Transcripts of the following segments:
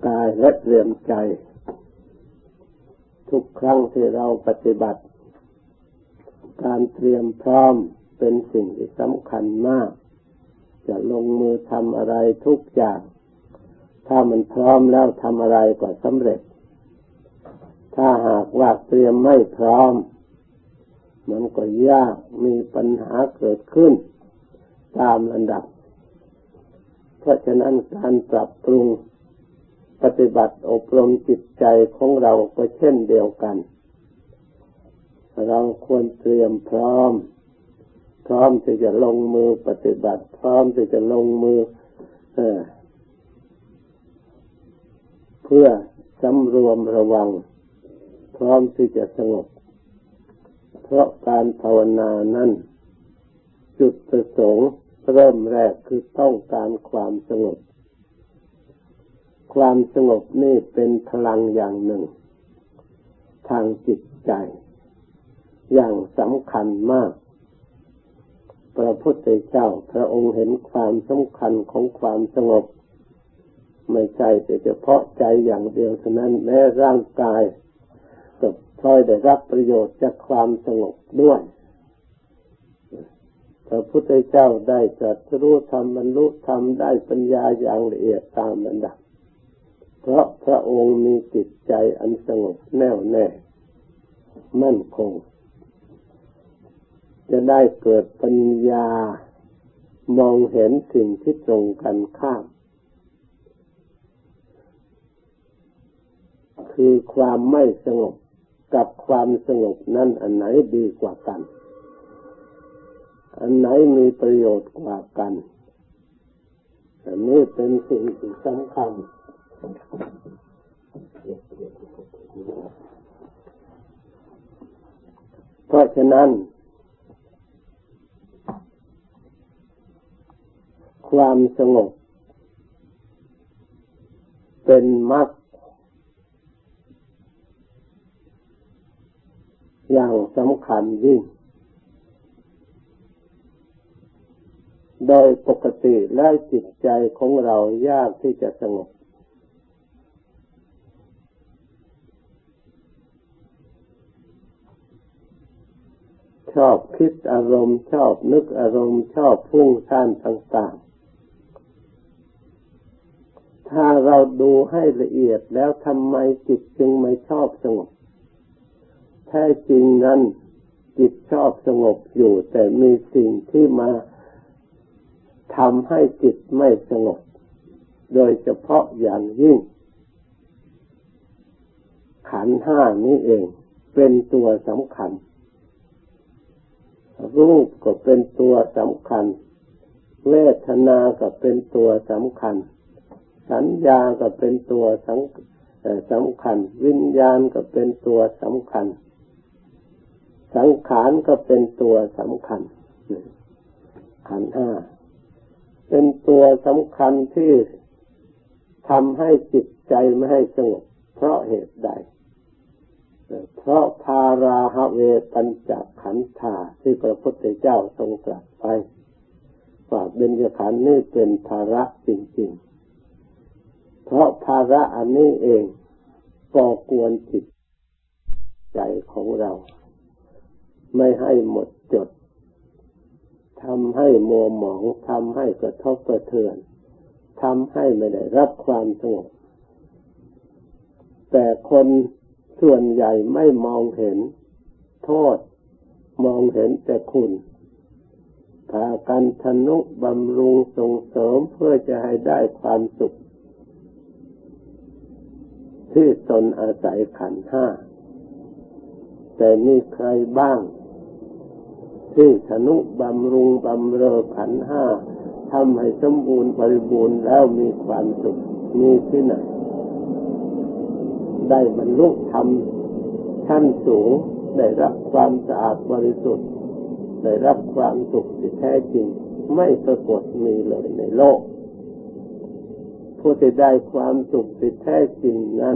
กายและเตรียมใจทุกครั้งที่เราปฏิบัติการเตรียมพร้อมเป็นสิ่งที่สำคัญมากจะลงมือทำอะไรทุกอย่างถ้ามันพร้อมแล้วทำอะไรก็สำเร็จถ้าหากว่าเตรียมไม่พร้อมมันก็ยากมีปัญหาเกิดขึ้นตามลำดับเพราะฉะนั้นการปรับปรุงปฏิบัติอบรมจิตใจของเราก็เช่นเดียวกันเราควรเตรียมพร้อมที่จะลงมือปฏิบัติพร้อมที่จะลงมือเพื่อสำรวมระวังพร้อมที่จะสงบเพราะการภาวนานั้นจุดประสงค์เริ่มแรกคือต้องการความสงบความสงบนี่เป็นพลังอย่างหนึ่งทางจิตใจอย่างสำคัญมากพระพุทธเจ้าพระองค์เห็นความสำคัญของความสงบไม่ใช่แต่เฉพาะใจอย่างเดียวเท่านั้นแม้ร่างกายก็พลอยได้รับประโยชน์จากความสงบด้วยพระพุทธเจ้าได้ตรัสรู้ธรรมบรรลุธรรมได้ปัญญาอย่างละเอียดตามลำดับเพราะพระองค์มีจิตใจอันสงบแน่วแน่มั่นคงจะได้เกิดปัญญามองเห็นสิ่งที่ตรงกันข้ามคือความไม่สงบกับความสงบนั้นอันไหนดีกว่ากันอันไหนมีประโยชน์กว่ากันอันนี้เป็นสิ่งที่สำคัญเพราะฉะนั้นความสงบเป็นมรรคอย่างสำคัญยิ่งโดยปกติแล้วจิตใจของเรายากที่จะสงบชอบคิดอารมณ์ชอบนึกอารมณ์ชอบฟุ้งซ่านต่างๆถ้าเราดูให้ละเอียดแล้วทำไมจิตจึงไม่ชอบสงบแท้จริงนั้นจิตชอบสงบอยู่แต่มีสิ่งที่มาทำให้จิตไม่สงบโดยเฉพาะอย่างยิ่งขันธ์ห้านี้เองเป็นตัวสำคัญรูปก็เป็นตัวสำคัญเวทนาก็เป็นตัวสำคัญสัญญาก็เป็นตัวสำคัญวิญญาณก็เป็นตัวสำคัญสังขารก็เป็นตัวสำคัญขันธ์ห้าเป็นตัวสำคัญที่ทำให้จิตใจไม่ให้สงบเพราะเหตุใดเพราะภาราหะเวปัญจขันธาที่พระพุทธเจ้าทรงตรัสไปว่าเบญจขันธ์นี้เป็นภาระจริงๆเพราะภาระอันนี้เองก่อกวนจิตใจของเราไม่ให้หมดจดทำให้มัวหมองทำให้กระทบกระเทือนทำให้ไม่ได้รับความสงบแต่คนส่วนใหญ่ไม่มองเห็นโทษมองเห็นแต่คุณพากันทนุบำรุงส่งเสริมเพื่อจะให้ได้ความสุขที่ตนอาศัยขันธ์ห้าแต่มีใครบ้างที่ทนุบำรุงบำเรอขันธ์ห้าทำให้สมบูรณ์บริบูรณ์แล้วมีความสุขมีที่ไหนได้บรรลุธรรมชั้นสูงได้รับความสะอาดบริสุทธิ์ได้รับความสุขที่แท้จริงไม่ปรากฏมีเลยในโลกผู้ที่ได้ความสุขที่แท้จริงนั้น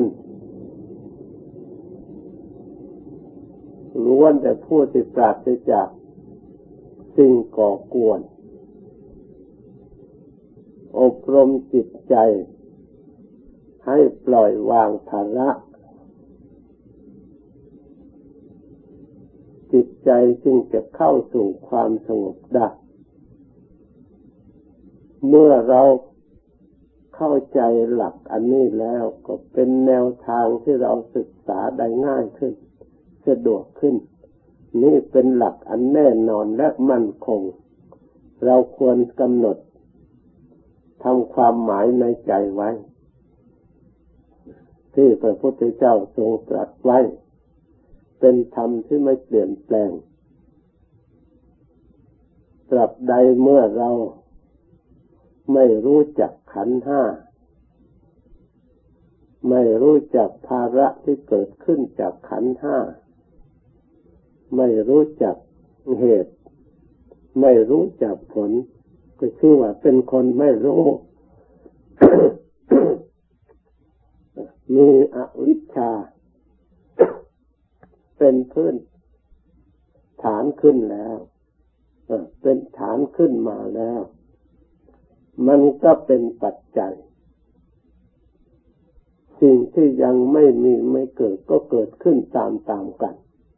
ล้วนแต่ผู้ที่ปราศจากสิ่งก่อกวนอบรมจิตใจให้ปล่อยวางภาระจิตใจจึงจะเข้าสู่ความสงบได้เมื่อเราเข้าใจหลักอันนี้แล้วก็เป็นแนวทางที่เราศึกษาได้ง่ายขึ้นสะดวกขึ้นนี่เป็นหลักอันแน่นอนและมั่นคงเราควรกำหนดทำความหมายในใจไว้ที่พระพุทธเจ้าทรงตรัสไว้เป็นธรรมที่ไม่เปลี่ยนแปลงตราบใดเมื่อเราไม่รู้จักขันธ์ห้าไม่รู้จักภาระที่เกิดขึ้นจากขันธ์ห้าไม่รู้จักเหตุไม่รู้จักผลก็ชื่อว่าเป็นคนไม่รู้ มีอวิชชาเป็นพื้นฐานขึ้นแล้วเป็นฐานขึ้นมาแล้วมันก็เป็นปัจจัยสิ่งที่ยังไม่มีไม่เกิดก็เกิดขึ้นตามกัน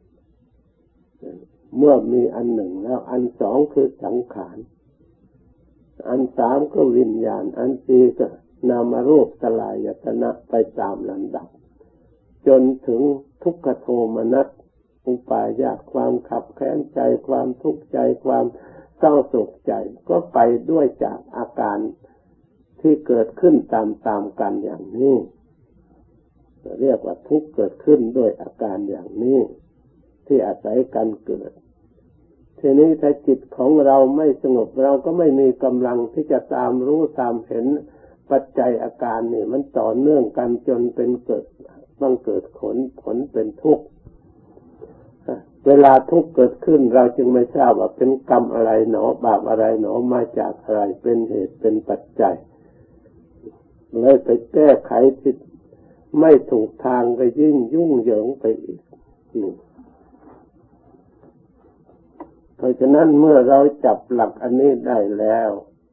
เมื่อมีอันหนึ่งแล้วอันสองคือสังขารอันสามก็วิญญาณอันสี่ก็นามรูปสลายตนะไปตามลำดับจนถึงทุกขโทมนัสอุปาญาตความขับแค้นใจความทุกข์ใจความเศร้าโศกใจก็ไปด้วยจากอาการที่เกิดขึ้นตามกันอย่างนี้เรียกว่าทุกข์เกิดขึ้นด้วยอาการอย่างนี้ที่อาศัยกันเกิดทีนี้ถ้าจิตของเราไม่สงบเราก็ไม่มีกำลังที่จะตามรู้ตามเห็นปัจจัยอาการนี่มันต่อเนื่องกันจนเป็นเกิดบังเกิดผลเป็นทุกข์เวลาทุกข์เกิดขึ้นเราจึงไม่ทราบว่าเป็นกรรมอะไรหนอบาปอะไรหนอมาจากอะไรเป็นเหตุเป็นปัจจัยเลยไปแก้ไขที่ไม่ถูกทางก็ยิ่งยุ่งเหยิงไปอีกเพราะฉะนั้นเมื่อเราจับหลักอันนี้ได้แล้ว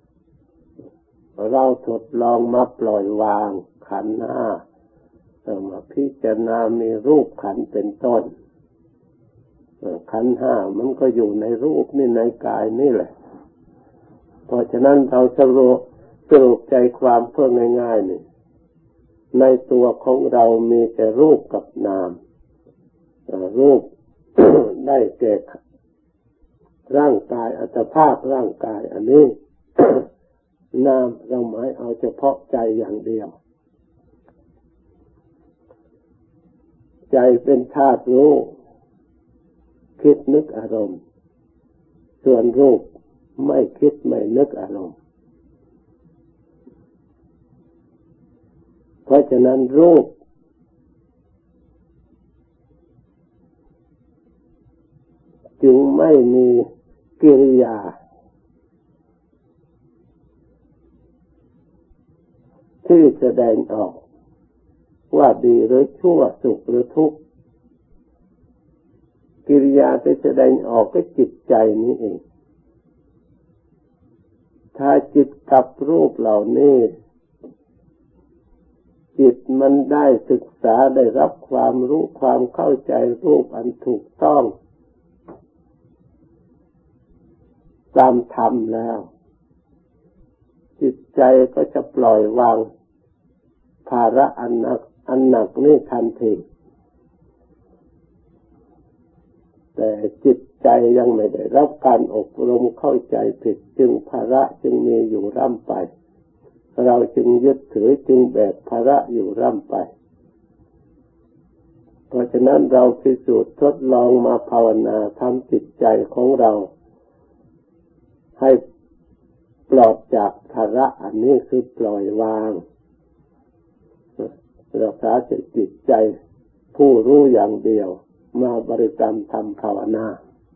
เราทดลองมาปล่อยวางขันธ์ห้ามาพิจารณามีรูปขันธ์เป็นต้นขันธ์ห้ามันก็อยู่ในรูปนี่ในกายนี่แหละเพราะฉะนั้นเราสรุปใจความเพื่อง่ายๆนี่ในตัวของเรามีแต่รูปกับนามรูป ได้แก่ร่างกายอัตภาพร่างกายอันนี้ นามเราหมายเอาเฉพาะใจอย่างเดียวใจเป็นธาตุรู้คิดนึกอารมณ์ส่วนรูปไม่คิดไม่นึกอารมณ์เพราะฉะนั้นรูปจึงไม่มีกิริยาที่แสดงออกว่าดีหรือชั่วสุขหรือทุกข์กิริยาที่แสดงออกก็จิตใจนี้เองถ้าจิตกับรูปเหล่านี้จิตมันได้ศึกษาได้รับความรู้ความเข้าใจรูปอันถูกต้องตามธรรมแล้วจิตใจก็จะปล่อยวางภาระอันหนักนี่ทันทีแต่จิตใจยังไม่ได้รับการอบรมเข้าใจผิดจึงภาระจึงมีอยู่ร่ำไปเราจึงยึดถือจึงแบกภาระอยู่ร่ำไปเพราะฉะนั้นเราพิสูจน์ทดลองมาภาวนาทำจิตใจของเราให้ปลอดจากภาระอันนี้คือปล่อยวางรักษาจิตใจผู้รู้อย่างเดียวมาบริกรรมทำภาวนา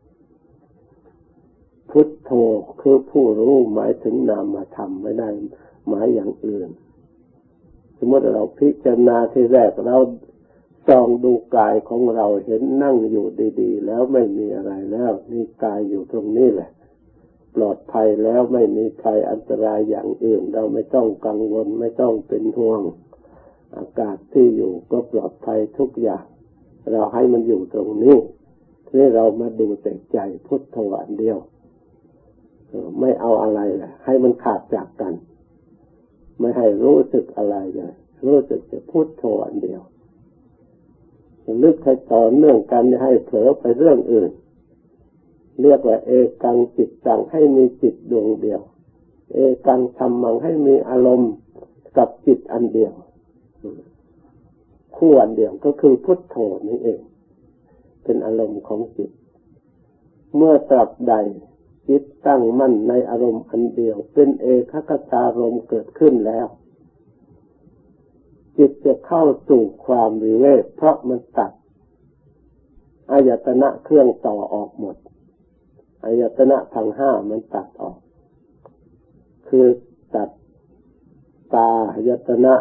พุทโธคือผู้รู้หมายถึงนามธรรมไม่ได้หมายอย่างอื่นสมมติเราพิจารณาที่แรกเราส่องดูกายของเราเห็นนั่งอยู่ดีๆแล้วไม่มีอะไรแล้วนี่กายอยู่ตรงนี้แหละปลอดภัยแล้วไม่มีภัยอันตรายอย่างอื่นเราไม่ต้องกังวลไม่ต้องเป็นห่วงากาศที่อยู่ก็ปลอดภัยทุกอย่างเราให้มันอยู่ตรงนี้ที่เรามาดูแต่ใจพุทโธอันเดียวไม่เอาอะไรเลยให้มันขาดจากกันไม่ให้รู้สึกอะไรเลยรู้สึกแต่พุทโธอันเดียวนึกให้ต่อเนื่องกันอย่าให้เผลอไปเรื่องอื่นเรียกว่าเอกังจิตตังให้มีจิตดวงเดียวเอกังธัมมังให้มีอารมณ์กับจิตอันเดียวคู่อันเดียวก็คือพุทโธนี่เองเป็นอารมณ์ของจิตเมื่อตราบใดจิตตั้งมั่นในอารมณ์อันเดียวเป็นเอกคตารมณ์เกิดขึ้นแล้วจิตจะเข้าสู่ความวิเวกเพราะมันตัดอายตนะเครื่องต่อออกหมดอายตนะทั้งห้ามันตัดออกคือตัดตาอายตนะ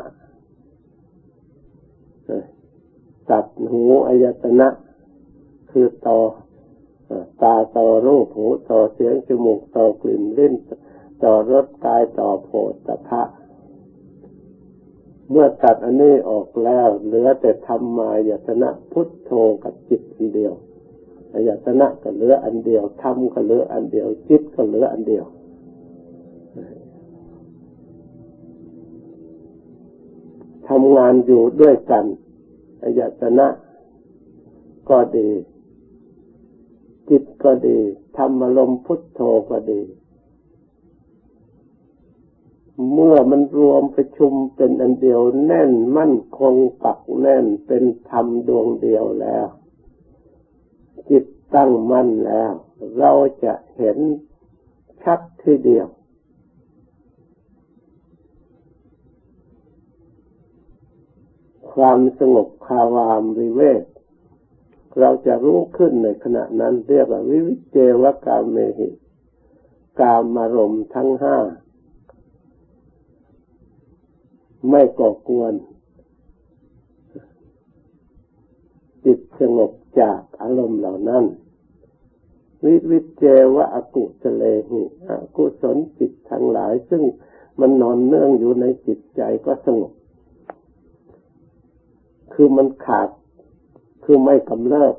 ตัดหูอายตนะคือต่อตาต่อรูปหูต่อเสียงจมูกต่อกลิ่นลิ้นต่อรสกายต่อโผฏฐัพพะเมื่อตัดอันนี้ออกแล้วเหลือแต่ธรรมายตนะพุทโธกับจิตอันเดียวอายตนะก็เหลืออันเดียวธรรมก็เหลืออันเดียวจิตก็เหลืออันเดียวทำงานอยู่ด้วยกันอายตนะก็ดีจิตก็ดีธรรมอารมณ์พุทโธก็ดีเมื่อมันรวมประชุมเป็นอันเดียวแน่นมั่นคงปักแน่นเป็นธรรมดวงเดียวแล้วจิตตั้งมั่นแล้วเราจะเห็นชัดทีเดียวความสงบคาวามวิเวกเราจะรู้ขึ้นในขณะนั้นเรียกว่าวิวิจเจวกามเมหิกามารมณ์ทั้งห้าไม่ก่อกวนจิตสงบจากอารมณ์เหล่านั้นวิวิจเจวะอกุศเลหิอกุศลจิตทั้งหลายซึ่งมันนอนเนื่องอยู่ในจิตใจก็สงบคือมันขาดคือไม่กำเริบ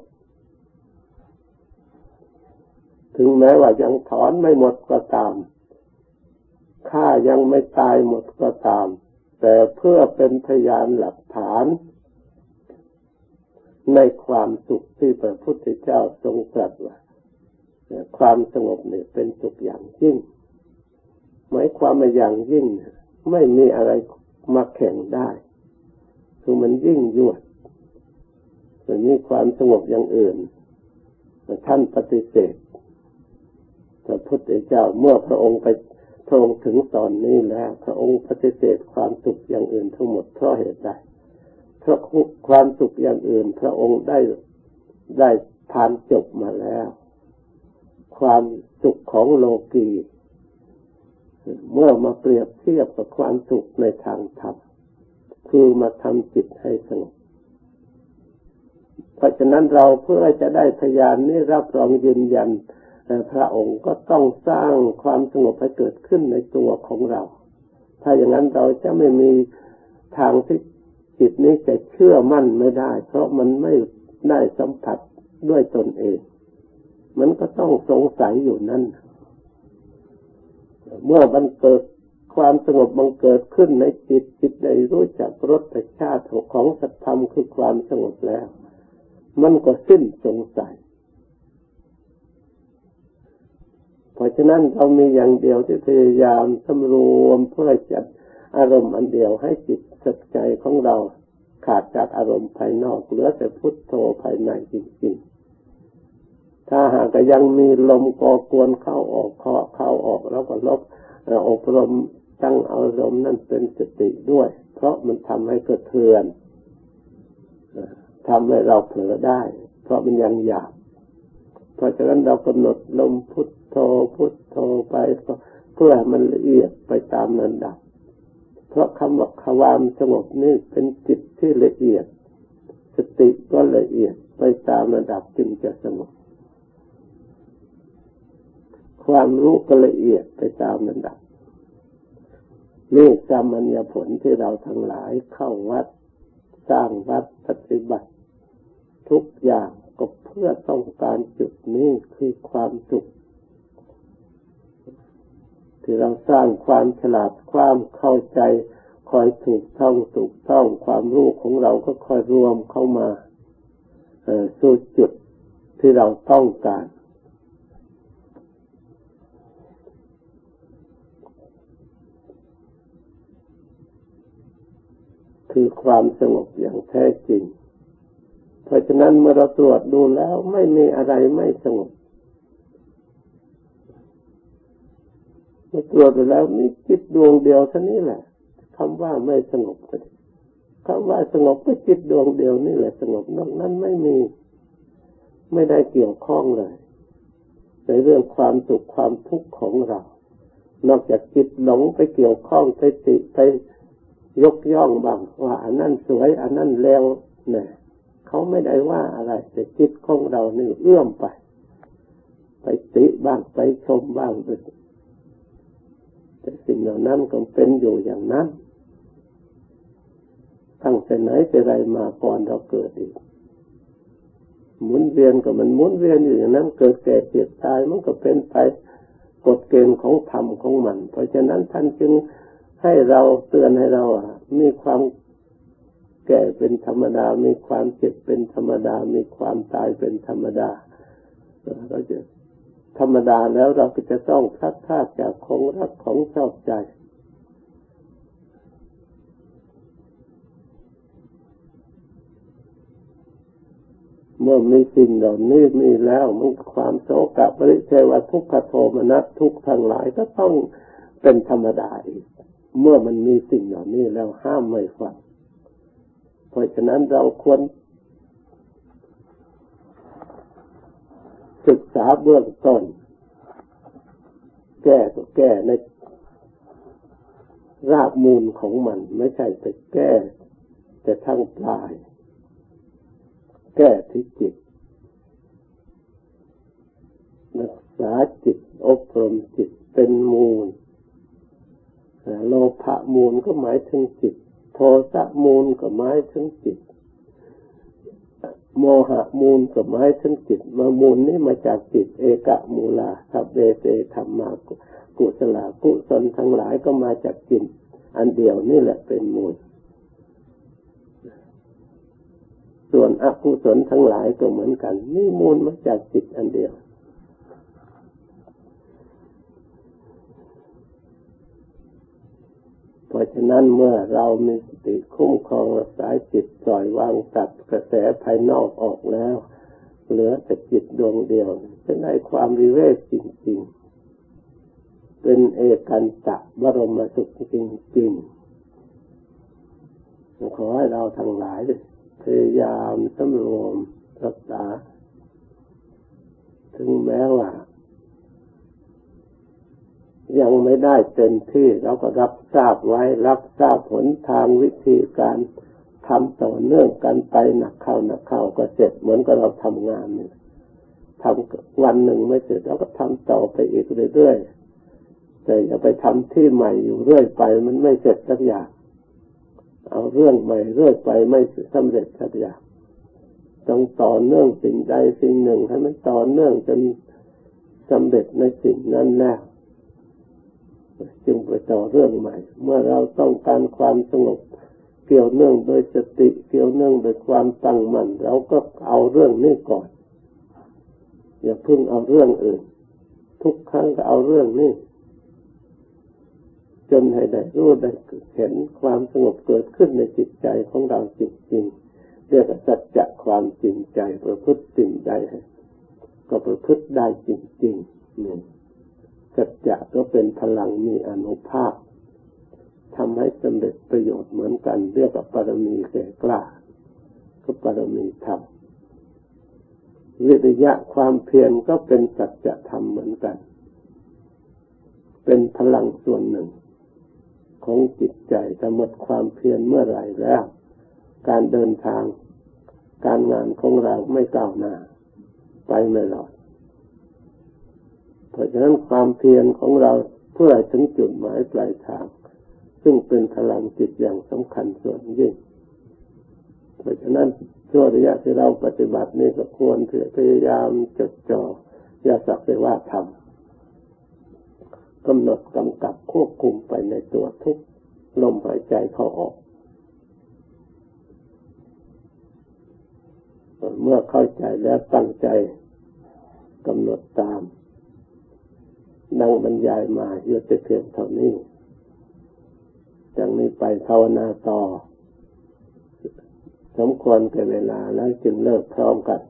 ถึงแม้ว่ายังถอนไม่หมดก็ตามฆ่ายังไม่ตายหมดก็ตามแต่เพื่อเป็นพยานหลักฐานในความสุขที่พระพุทธเจ้าทรงตรัสว่าความสงบนี่เป็นสุขอย่างยิ่งหมายความว่าอย่างยิ่งไม่มีอะไรมาแข่งได้คือมันยิ่งยวดมันมีความสงบอย่างอื่นท่านปฏิเสธพระพุทธเจ้าเมื่อพระองค์ไปพระองค์ถึงตอนนี้แล้วพระองค์ปฏิเสธความสุขอย่างอื่นทั้งหมดเพราะเหตุใดเพราะความสุขอย่างอื่นพระองค์ได้ผ่านจบมาแล้วความสุขของโลกีเมื่อมาเปรียบเทียบกับความสุขในทางธรรมคือมาทำจิตให้สงบเพราะฉะนั้นเราเพื่อจะได้พยานนี้รับรองยืนยันพระองค์ก็ต้องสร้างความสงบให้เกิดขึ้นในตัวของเราถ้าอย่างนั้นเราจะไม่มีทางที่จิตนี้จะเชื่อมั่นไม่ได้เพราะมันไม่ได้สัมผัสด้วยตนเองมันก็ต้องสงสัยอยู่นั่นเมื่อมันเกิดความสงบมันเกิดขึ้นในจิตได้รู้จักรสชาติของสัจธรรมคือความสงบแล้วมันก็สิ้นสงสัยเพราะฉะนั้นเรามีอย่างเดียวที่พยายามสำรวมเพื่อจัดอารมณ์อันเดียวให้จิตสัจใจของเราขาดจากอารมณ์ภายนอกเหลือแต่พุทโธภายในจริงๆถ้าหากยังมีลมก่อกวนเข้าออกเข้าออกแล้วก็ลบอบรมตั้งอารมณ์นั่นเป็นสติด้วยเพราะมันทำให้กระเทือนทำให้เราเผลอได้เพราะมันยังหยาบเพราะฉะนั้นเรากำหนดลมพุทโธพุทโธไปเพื่อมันละเอียดไปตามลำดับเพราะคำว่าความสงบนี่เป็นจิตที่ละเอียดสติก็ละเอียดไปตามระดับจึงจะสงบความรู้ก็ละเอียดไปตามระดับนี่สามัญญผลที่เราทั้งหลายเข้าวัดสร้างวัดปฏิบัติทุกอย่างก็เพื่อต้องการจุดนี้คือความสุขที่เราสร้างความฉลาดความเข้าใจคอยถูกต้องความรู้ของเราก็คอยรวมเข้ามาสู่จุดที่เราต้องการคือความสงบอย่างแท้จริงเพราะฉะนั้นเมื่อเราตรวจดูแล้วไม่มีอะไรไม่สงบเมื่อตรวจดูแล้วนี่จิตดวงเดียวเท่านี้แหละคำว่าไม่สงบก็ได้คำว่าสงบก็จิตดวงเดียวนี่แหละสงบนอกนั้นไม่ได้เกี่ยวข้องเลยในเรื่องความสุขความทุกข์ของเรานอกจากจิตหลงไปเกี่ยวข้องไปติไปยกย่องบ้างว่าอันนั้นสวยอันนั้นเลวเนี่ยเขาไม่ได้ว่าอะไรแต่จิตของเรานี่เอื้อมไปติบ้างไปชมบ้างแต่สิ่งเหล่านั้นก็เป็นอยู่อย่างนั้นตั้งแต่ไหนแต่ไรมาก่อนเราเกิดอีกหมุนเวียนก็มันหมุนเวียนอยู่อย่างนั้นเกิดแก่เจ็บตายมันก็เป็นไปกฎเกณฑ์ของธรรมของมันเพราะฉะนั้นท่านจึงให้เราเตือนให้เรามีความแก่เป็นธรรมดามีความเจ็บเป็นธรรมดามีความตายเป็นธรรมดาเราจะธรรมดาแล้วเราก็จะต้องพลัดพรากจากของรักของชอบใจเมื่อมีสิ่งเหล่านี้มีแล้วมันความโศกปริเทวทุกขโทมนัสทุกข์ทั้งหลายก็ต้องเป็นธรรมดาอีกเมื่อมันมีสิ่งเหล่านี้แล้วห้ามไม่ฟังเพราะฉะนั้นเราควรศึกษาเบื้องต้นแก้ก็แก้ในรากมูลของมันไม่ใช่แต่แก้แต่ทางปลายแก้ที่จิตรักษาจิตอบรมจิตเป็นมูลโลภะมูลก็หมายถึงจิตโทสะมูลก็หมายถึงจิตโมหะมูลก็หมายถึงจิตมามูลนี้มาจากจิตเอกะมูลาสัพเพเตธัมมากุศลกุศลทั้งหลายก็มาจากจิตอันเดียวนี่แหละเป็นมูลส่วนอกุศลทั้งหลายก็เหมือนกันนี่มูลมาจากจิตอันเดียวเพราะฉะนั้นเมื่อเรามีสติคุ้มครองรักษาจิตปล่อยวางตัดกระแสภายนอกออกแล้วเหลือแต่จิตดวงเดียวจะได้ความวิเวกจริงๆเป็นเอกันตะบรมสุขจริงๆขอให้เราทั้งหลายพยายามสำรวมรักษาถึงแม้ว่ายังไม่ได้เต็มที่เราก็รับทราบไว้รับทราบผลทางวิธีการทำต่อเนื่องกันไปหนักเข้าก็เสร็จเหมือนกับเราทำงานนี่ทำวันหนึ่งไม่เสร็จเราก็ทำต่อไปอีกเรื่อยๆแต่อย่าไปทำที่ใหม่อยู่เรื่อยไปมันไม่เสร็จสักอย่างเอาเรื่องใหม่เรื่อยไปไม่สำเร็จสักอย่างต้องต่อเนื่องสิ่งใดสิ่งหนึ่งให้มันต่อเนื่องจนสำเร็จในสิ่งนั้นแล้วจึงไปต่อเรื่องใหม่เมื่อเราต้องการความสงบเกี่ยวเนื่องโดยสติเกี่ยวเนื่องโดยความตั้งมั่นเราก็เอาเรื่องนี้ก่อนอย่าเพิ่งเอาเรื่องอื่นทุกครั้งก็เอาเรื่องนี้จนให้ได้รู้ได้เห็นความสงบเกิดขึ้นในจิตใจของเราจริงๆเรียกว่าสัจจะความจริงใจประพฤติสิ่งใดก็ประพฤติได้จริงๆนี่สัจจะก็เป็นพลังมีอานุภาพทำให้สำเร็จประโยชน์เหมือนกันเรียกว่าปรมีแก่กล้าก็ปรมีธรรมวิริยะความเพียรก็เป็นสัจธรรมเหมือนกันเป็นพลังส่วนหนึ่งของจิตใจถ้าหมดความเพียรเมื่อไหร่แล้วการเดินทางการงานของเราไม่ก้าวหน้าไปไม่รอดเพราะฉะนั้นความเพียรของเราเพื่อถึงจุดหมายปลายทางซึ่งเป็นพลังจิตอย่างสำคัญส่วนยิ่งนั้นช่วงระยะที่เราปฏิบัตินี่ก็ควรพยายามจดจ่ออย่าสักแต่ว่าทำกำหนดกำกับควบคุมไปในตัวทุกลมหายใจเข้าออกเมื่อเข้าใจแล้วตั้งใจกำหนดตามดังบรรยายมาอยู่แต่เพียงเท่านี้จากนี้ไปภาวนาต่อสมควรแก่เวลาแล้วจึงเลิกพร้อมกัน